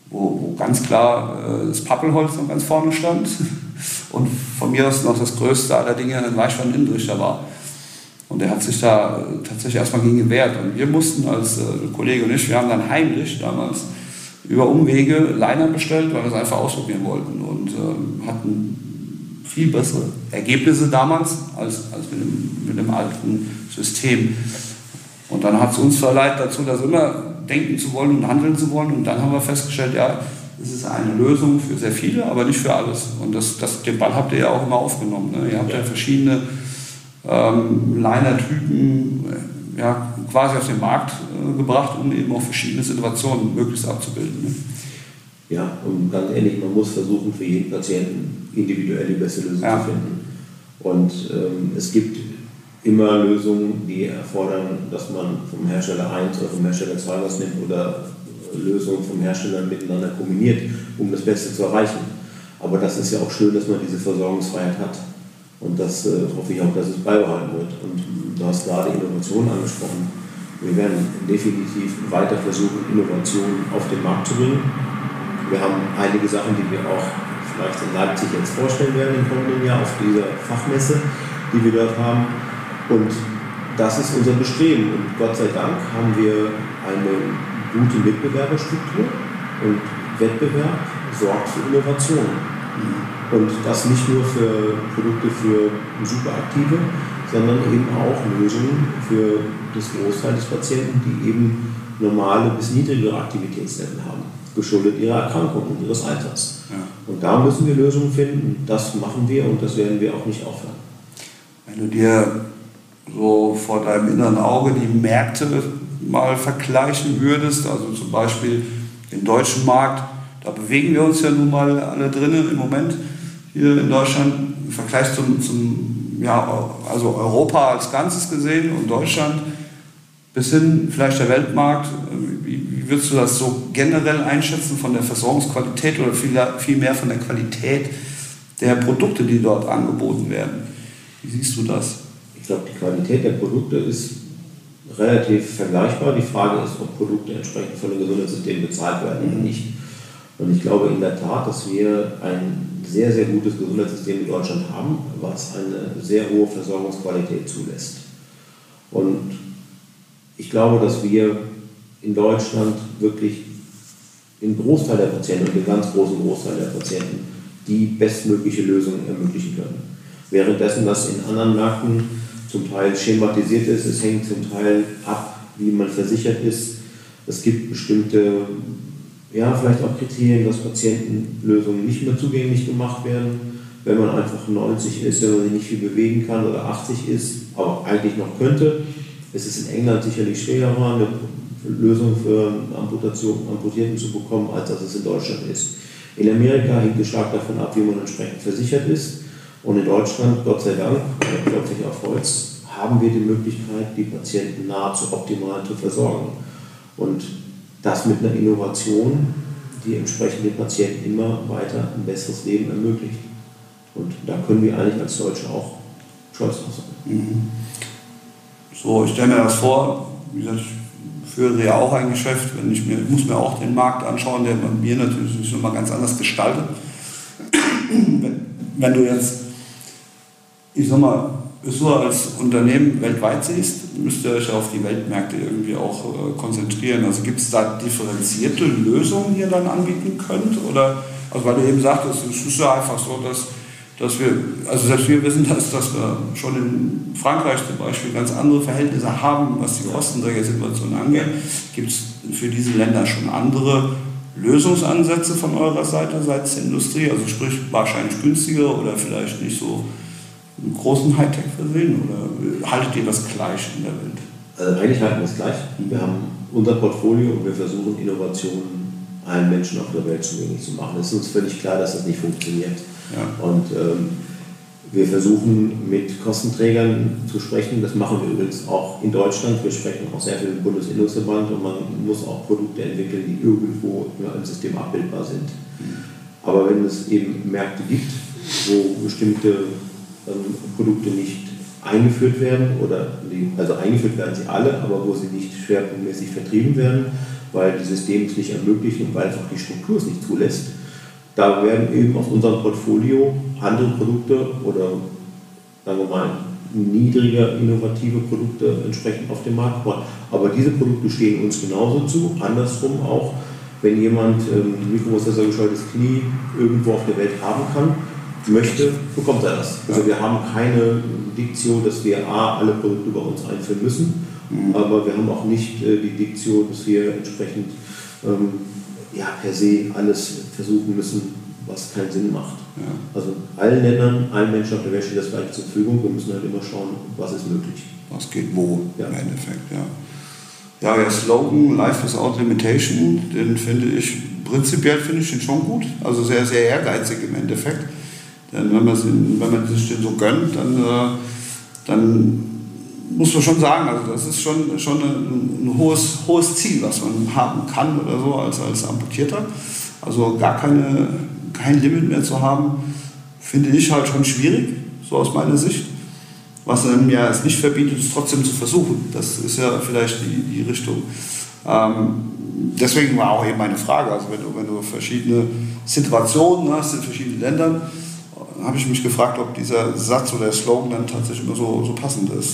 wo, wo ganz klar äh, das Pappelholz noch ganz vorne stand und von mir aus noch das größte aller Dinge ein Weichwand-Innentrichter war. Und er hat sich da tatsächlich erstmal gegen gewehrt. Und wir mussten als äh, Kollege und ich, wir haben dann heimlich damals über Umwege Liner bestellt, weil wir es einfach ausprobieren wollten und äh, hatten viel bessere Ergebnisse damals als, als mit, dem, mit dem alten System. Und dann hat es uns verleitet dazu, das immer denken zu wollen und handeln zu wollen. Und dann haben wir festgestellt, ja, es ist eine Lösung für sehr viele, aber nicht für alles. Und das, das, den Ball habt ihr ja auch immer aufgenommen. Ne? Ihr habt ja verschiedene ähm, Liner-Typen ja, quasi auf den Markt äh, gebracht, um eben auch verschiedene Situationen möglichst abzubilden. Ne? Ja, und ganz ehrlich, man muss versuchen, für jeden Patienten individuell die beste Lösung ja. zu finden. Und ähm, es gibt immer Lösungen, die erfordern, dass man vom Hersteller eins oder vom Hersteller zwei was nimmt oder Lösungen vom Hersteller miteinander kombiniert, um das Beste zu erreichen. Aber das ist ja auch schön, dass man diese Versorgungsfreiheit hat. Und das äh, hoffe ich auch, dass es beibehalten wird. Und du hast gerade Innovation angesprochen. Wir werden definitiv weiter versuchen, Innovationen auf den Markt zu bringen. Wir haben einige Sachen, die wir auch vielleicht in Leipzig jetzt vorstellen werden im kommenden Jahr auf dieser Fachmesse, die wir dort haben. Und das ist unser Bestreben. Und Gott sei Dank haben wir eine gute Mitbewerberstruktur und Wettbewerb sorgt für Innovation. Und das nicht nur für Produkte für Superaktive, sondern eben auch Lösungen für das Großteil des Patienten, die eben normale bis niedrigere Aktivitätslevel haben, geschuldet ihrer Erkrankung und ihres Alters. Ja. Und da müssen wir Lösungen finden. Das machen wir und das werden wir auch nicht aufhören. Wenn du dir so vor deinem inneren Auge die Märkte mal vergleichen würdest, also zum Beispiel den deutschen Markt, da bewegen wir uns ja nun mal alle drinnen im Moment hier in Deutschland im Vergleich zum, zum ja, also Europa als Ganzes gesehen und Deutschland bis hin vielleicht der Weltmarkt. Wie, wie würdest du das so generell einschätzen von der Versorgungsqualität oder viel, viel mehr von der Qualität der Produkte, die dort angeboten werden? Wie siehst du das? Ich glaube, die Qualität der Produkte ist relativ vergleichbar. Die Frage ist, ob Produkte entsprechend von dem Gesundheitssystem bezahlt werden oder nicht. Und ich glaube in der Tat, dass wir ein sehr, sehr gutes Gesundheitssystem in Deutschland haben, was eine sehr hohe Versorgungsqualität zulässt. Und ich glaube, dass wir in Deutschland wirklich den Großteil der Patienten und den ganz großen Großteil der Patienten die bestmögliche Lösung ermöglichen können. Währenddessen das in anderen Märkten zum Teil schematisiert ist, es hängt zum Teil ab, wie man versichert ist. Es gibt bestimmte, ja, vielleicht auch Kriterien, dass Patientenlösungen nicht mehr zugänglich gemacht werden, wenn man einfach neunzig ist, wenn man sich nicht viel bewegen kann oder achtzig ist, aber eigentlich noch könnte. Es ist in England sicherlich schwerer, eine Lösung für Amputation, Amputierten zu bekommen, als dass es in Deutschland ist. In Amerika hängt es stark davon ab, wie man entsprechend versichert ist. Und in Deutschland, Gott sei Dank, klopfe ich auf Holz, haben wir die Möglichkeit, die Patienten nahezu optimal zu versorgen. Und das mit einer Innovation, die entsprechend den Patienten immer weiter ein besseres Leben ermöglicht. Und da können wir eigentlich als Deutsche auch stolz drauf sein. Mhm. So, ich stelle mir das vor, wie gesagt, ich führe ja auch ein Geschäft, wenn ich, mir, ich muss mir auch den Markt anschauen, der bei mir natürlich sich nochmal ganz anders gestaltet. wenn, wenn du jetzt, ich sag mal, bist du als Unternehmen weltweit siehst, müsst ihr euch auf die Weltmärkte irgendwie auch äh, konzentrieren. Also gibt es da differenzierte Lösungen, die ihr dann anbieten könnt? Oder, also weil du eben sagtest, es ist ja einfach so, dass, dass wir, also selbst wir wissen, dass, dass wir schon in Frankreich zum Beispiel ganz andere Verhältnisse haben, was die Kostenträgersituation angeht. Gibt es für diese Länder schon andere Lösungsansätze von eurer Seite seitens der Industrie? Also sprich wahrscheinlich günstiger oder vielleicht nicht so einen großen Hightech versehen, oder haltet ihr das gleich in der Welt? Also eigentlich halten wir es gleich. Wir haben unser Portfolio und wir versuchen Innovationen allen Menschen auf der Welt zugänglich zu machen. Es ist uns völlig klar, dass das nicht funktioniert. Ja. Und ähm, wir versuchen mit Kostenträgern zu sprechen. Das machen wir übrigens auch in Deutschland. Wir sprechen auch sehr viel mit dem Bundesindustrieverband und man muss auch Produkte entwickeln, die irgendwo im System abbildbar sind. Aber wenn es eben Märkte gibt, wo bestimmte Produkte nicht eingeführt werden, oder die, also eingeführt werden sie alle, aber wo sie nicht schwerpunktmäßig vertrieben werden, weil die Systeme es nicht ermöglichen und weil einfach die Struktur es nicht zulässt. Da werden eben aus unserem Portfolio andere Produkte oder, sagen wir mal, niedriger innovative Produkte entsprechend auf den Markt kommen. Aber diese Produkte stehen uns genauso zu, andersrum auch, wenn jemand ähm, mikroprozessorgeschaltetes Knie irgendwo auf der Welt haben kann, möchte, bekommt er das. Also wir haben keine Diktion, dass wir A, alle Produkte bei uns einführen müssen, mhm. aber wir haben auch nicht äh, die Diktion, dass wir entsprechend ähm, ja, per se alles versuchen müssen, was keinen Sinn macht. Ja. Also allen Ländern, allen Menschen auf der Welt steht das gleich zur Verfügung. Wir müssen halt immer schauen, was ist möglich. Was geht wo ja. im Endeffekt, ja. Ja, der Slogan Life without Limitation, den finde ich, prinzipiell finde ich den schon gut. Also sehr, sehr ehrgeizig im Endeffekt. Denn wenn man, wenn man sich den so gönnt, dann, äh, dann muss man schon sagen, also das ist schon, schon ein, ein hohes, hohes Ziel, was man haben kann oder so als, als Amputierter. Also gar keine, kein Limit mehr zu haben, finde ich halt schon schwierig, so aus meiner Sicht. Was einem ja es nicht verbietet, es trotzdem zu versuchen. Das ist ja vielleicht die, die Richtung. Ähm, deswegen war auch eben meine Frage, also wenn du, wenn du verschiedene Situationen hast in verschiedenen Ländern, habe ich mich gefragt, ob dieser Satz oder der Slogan dann tatsächlich immer so, so passend ist.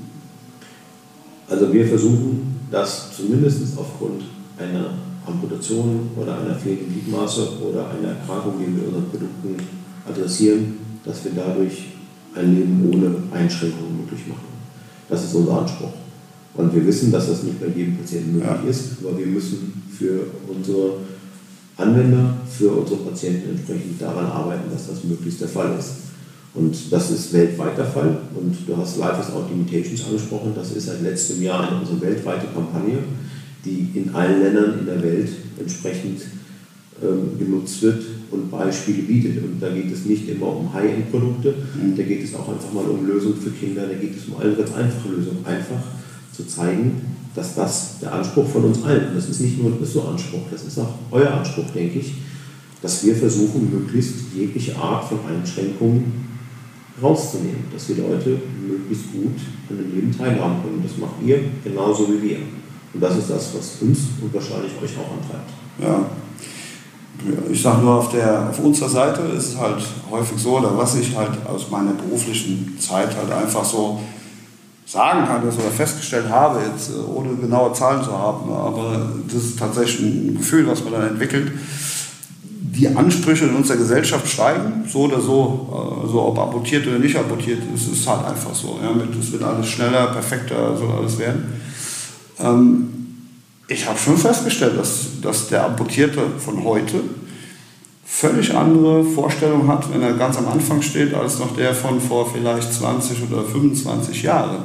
Also wir versuchen, dass zumindest aufgrund einer Amputation oder einer fehlenden Gliedmaße oder einer Erkrankung, die wir mit unseren Produkten adressieren, dass wir dadurch ein Leben ohne Einschränkungen möglich machen. Das ist unser Anspruch. Und wir wissen, dass das nicht bei jedem Patienten möglich ja. ist, aber wir müssen für unsere Anwender, für unsere Patienten entsprechend daran arbeiten, dass das möglichst der Fall ist. Und das ist weltweit der Fall. Und du hast Life without Limitations angesprochen. Das ist seit letztem Jahr eine unsere weltweite Kampagne, die in allen Ländern in der Welt entsprechend ähm, genutzt wird und Beispiele bietet. Und da geht es nicht immer um High-End-Produkte, mhm. da geht es auch einfach mal um Lösungen für Kinder, da geht es um eine ganz einfache Lösung. Einfach zu zeigen, dass das der Anspruch von uns allen, das ist nicht nur das so Anspruch, das ist auch euer Anspruch, denke ich, dass wir versuchen, möglichst jegliche Art von Einschränkungen rauszunehmen, dass die Leute möglichst gut an dem Leben teilhaben können. Das macht ihr genauso wie wir. Und das ist das, was uns und wahrscheinlich euch auch antreibt. Ja. Ich sage nur, auf, der, auf unserer Seite ist es halt häufig so, oder was ich halt aus meiner beruflichen Zeit halt einfach so sagen kann, oder festgestellt habe, jetzt ohne genaue Zahlen zu haben, aber das ist tatsächlich ein Gefühl, was man dann entwickelt. Die Ansprüche in unserer Gesellschaft steigen, so oder so, also ob amputiert oder nicht amputiert, es ist halt einfach so. Ja, es wird alles schneller, perfekter, soll alles werden. Ähm, ich habe schon festgestellt, dass, dass der Amputierte von heute völlig andere Vorstellungen hat, wenn er ganz am Anfang steht, als noch der von vor vielleicht zwanzig oder fünfundzwanzig Jahren.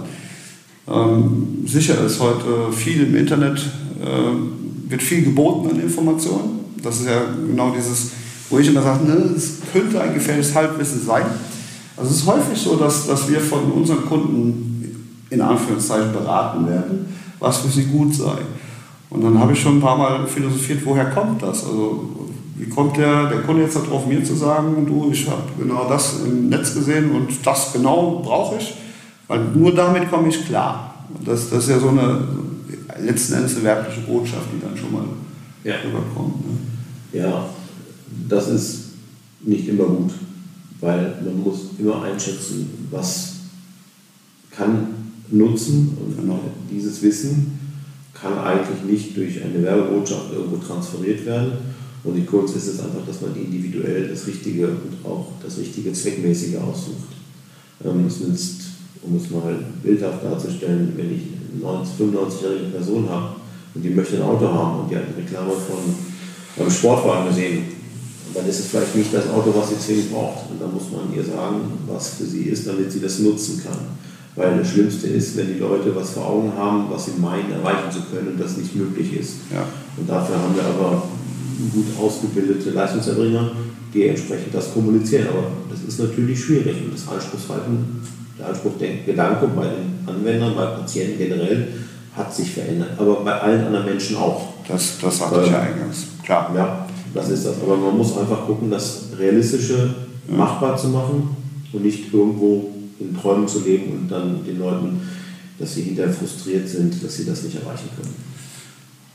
Ähm, sicher ist heute viel im Internet, äh, wird viel geboten an Informationen. Das ist ja genau dieses, wo ich immer sage, ne, es könnte ein gefährliches Halbwissen sein. Also es ist häufig so, dass, dass wir von unseren Kunden in Anführungszeichen beraten werden, was für sie gut sei. Und dann habe ich schon ein paar Mal philosophiert, woher kommt das? Also wie kommt der, der Kunde jetzt darauf, mir zu sagen, du, ich habe genau das im Netz gesehen und das genau brauche ich, weil nur damit komme ich klar. Das, das ist ja so eine letzten Endes eine werbliche Botschaft, die dann schon mal ja. rüberkommt. Ne? Ja, das ist nicht immer gut, weil man muss immer einschätzen, was kann nutzen und genau. dieses Wissen kann eigentlich nicht durch eine Werbebotschaft irgendwo transferiert werden. Und die Kunst ist es einfach, dass man individuell das Richtige und auch das richtige Zweckmäßige aussucht. Ähm, es nützt, um es mal bildhaft darzustellen, wenn ich eine fünfundneunzigjährige Person habe und die möchte ein Auto haben und die hat eine Reklame von einem Sportwagen gesehen, dann ist es vielleicht nicht das Auto, was sie zwingend braucht. Und dann muss man ihr sagen, was für sie ist, damit sie das nutzen kann. Weil das Schlimmste ist, wenn die Leute was vor Augen haben, was sie meinen, erreichen zu können und das nicht möglich ist. Ja. Und dafür haben wir aber gut ausgebildete Leistungserbringer, die entsprechend das kommunizieren. Aber das ist natürlich schwierig und das Anspruchsverhalten, der Anspruch, der Gedanke bei den Anwendern, bei Patienten generell hat sich verändert. Aber bei allen anderen Menschen auch. Das, das sagte ich ja eingangs. Klar. Ja, das ist das. Aber man muss einfach gucken, das Realistische ja. machbar zu machen und nicht irgendwo in Träumen zu leben und dann den Leuten, dass sie hinterher frustriert sind, dass sie das nicht erreichen können.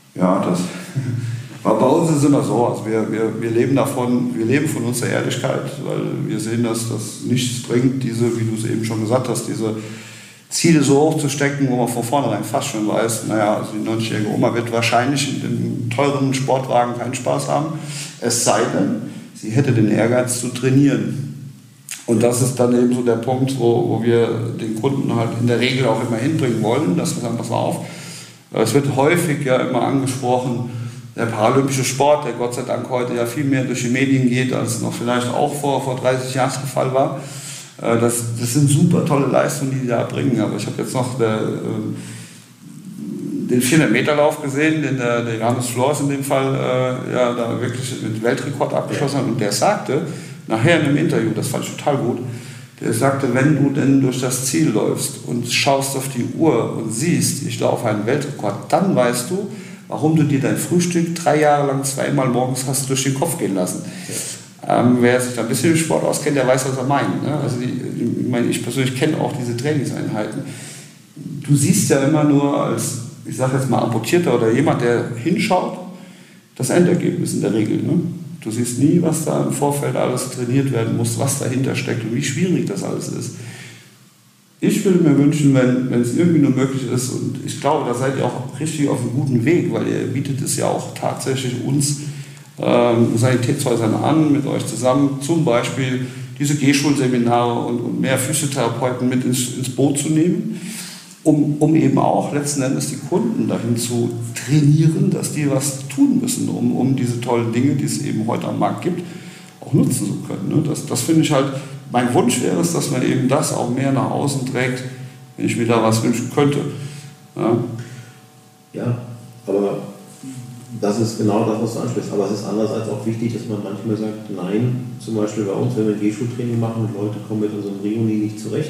Ja, das... Bei uns ist es immer so, also wir, wir, wir leben davon, wir leben von unserer Ehrlichkeit, weil wir sehen, dass das nichts bringt, diese, wie du es eben schon gesagt hast, diese Ziele so hoch zu stecken, wo man von vornherein fast schon weiß, naja, also die neunzigjährige Oma wird wahrscheinlich in dem teuren Sportwagen keinen Spaß haben, es sei denn, sie hätte den Ehrgeiz zu trainieren. Und das ist dann eben so der Punkt, wo, wo wir den Kunden halt in der Regel auch immer hinbringen wollen, dass wir sagen, pass mal auf, es wird häufig ja immer angesprochen, der paralympische Sport, der Gott sei Dank heute ja viel mehr durch die Medien geht, als es noch vielleicht auch vor, vor dreißig Jahren der Fall war. Das, das sind super tolle Leistungen, die die da bringen. Aber ich habe jetzt noch der, den vierhundert Meter Lauf gesehen, den der, der Johannes Flors in dem Fall äh, ja, da wirklich mit Weltrekord abgeschlossen hat. Und der sagte, nachher in einem Interview, das fand ich total gut, der sagte, wenn du denn durch das Ziel läufst und schaust auf die Uhr und siehst, ich laufe einen Weltrekord, dann weißt du, warum du dir dein Frühstück drei Jahre lang zweimal morgens hast durch den Kopf gehen lassen. Ja. Ähm, wer sich da ein bisschen im Sport auskennt, der weiß, was er meint. Ne? Also die, ich, meine, ich persönlich kenne auch diese Trainingseinheiten. Du siehst ja immer nur als, ich sage jetzt mal, Amputierter oder jemand, der hinschaut, das Endergebnis in der Regel. Ne? Du siehst nie, was da im Vorfeld alles trainiert werden muss, was dahinter steckt und wie schwierig das alles ist. Ich würde mir wünschen, wenn, wenn es irgendwie nur möglich ist, und ich glaube, da seid ihr auch richtig auf einem guten Weg, weil ihr bietet es ja auch tatsächlich uns ähm, Sanitätshäusern an, mit euch zusammen zum Beispiel diese Gehschulseminare und, und mehr Physiotherapeuten mit ins, ins Boot zu nehmen, um, um eben auch letzten Endes die Kunden dahin zu trainieren, dass die was tun müssen, um, um diese tollen Dinge, die es eben heute am Markt gibt, auch nutzen zu können. Ne? Das, das finde ich halt... Mein Wunsch wäre es, dass man eben das auch mehr nach außen trägt, wenn ich mir da was wünschen könnte. Ja, ja, aber das ist genau das, was du ansprichst. Aber es ist andererseits auch wichtig, dass man manchmal sagt, nein, zum Beispiel bei uns, wenn wir Gehschultraining machen, die Leute kommen mit unserem Reoni nicht zurecht,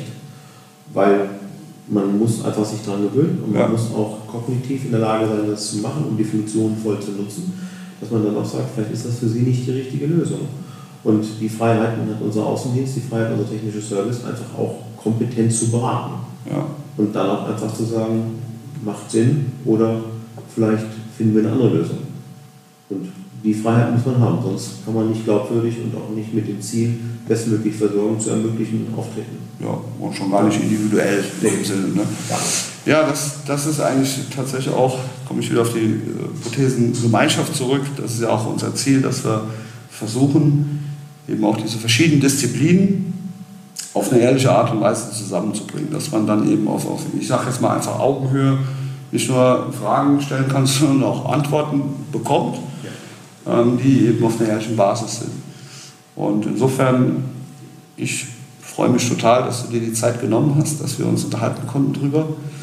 weil man muss einfach sich daran gewöhnen und man ja. muss auch kognitiv in der Lage sein, das zu machen, um die Funktion voll zu nutzen, dass man dann auch sagt, vielleicht ist das für sie nicht die richtige Lösung. Und die Freiheiten hat unser Außendienst, die Freiheit unser technischer Service, einfach auch kompetent zu beraten. Ja. Und dann auch einfach zu sagen, macht Sinn oder vielleicht finden wir eine andere Lösung. Und die Freiheit muss man haben, sonst kann man nicht glaubwürdig und auch nicht mit dem Ziel, bestmöglich Versorgung zu ermöglichen, auftreten. Ja, und schon gar nicht individuell in dem Sinne. Ne? Ja, ja das, das ist eigentlich tatsächlich auch, komme ich wieder auf die Prothesengemeinschaft zurück, das ist ja auch unser Ziel, dass wir versuchen, eben auch diese verschiedenen Disziplinen auf eine ehrliche Art und Weise zusammenzubringen, dass man dann eben auf, auf ich sage jetzt mal einfach Augenhöhe, nicht nur Fragen stellen kann, sondern auch Antworten bekommt, ja. ähm, die eben auf einer ehrlichen Basis sind. Und insofern, ich freue mich total, dass du dir die Zeit genommen hast, dass wir uns unterhalten konnten drüber.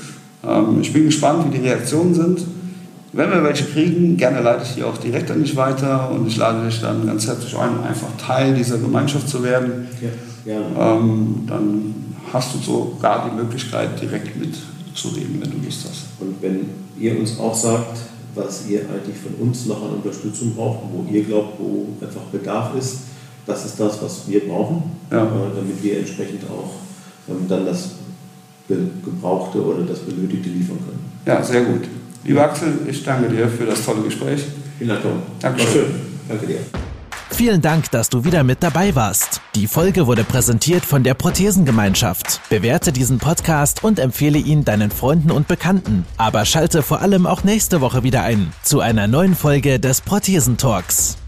Ähm, ich bin gespannt, wie die Reaktionen sind. Wenn wir welche kriegen, gerne leite ich die auch direkt an dich weiter und ich lade dich dann ganz herzlich ein, einfach Teil dieser Gemeinschaft zu werden. Ja, ähm, dann hast du sogar die Möglichkeit, direkt mitzureden, wenn du Lust hast. Und wenn ihr uns auch sagt, was ihr eigentlich von uns noch an Unterstützung braucht, wo ihr glaubt, wo einfach Bedarf ist, das ist das, was wir brauchen, ja. äh, damit wir entsprechend auch ähm, dann das Gebrauchte oder das Benötigte liefern können. Ja, sehr gut. Lieber Axel, ich danke dir für das tolle Gespräch. Vielen Dank, Tom. Dankeschön. Danke dir. Vielen Dank, dass du wieder mit dabei warst. Die Folge wurde präsentiert von der Prothesengemeinschaft. Bewerte diesen Podcast und empfehle ihn deinen Freunden und Bekannten. Aber schalte vor allem auch nächste Woche wieder ein zu einer neuen Folge des Prothesentalks.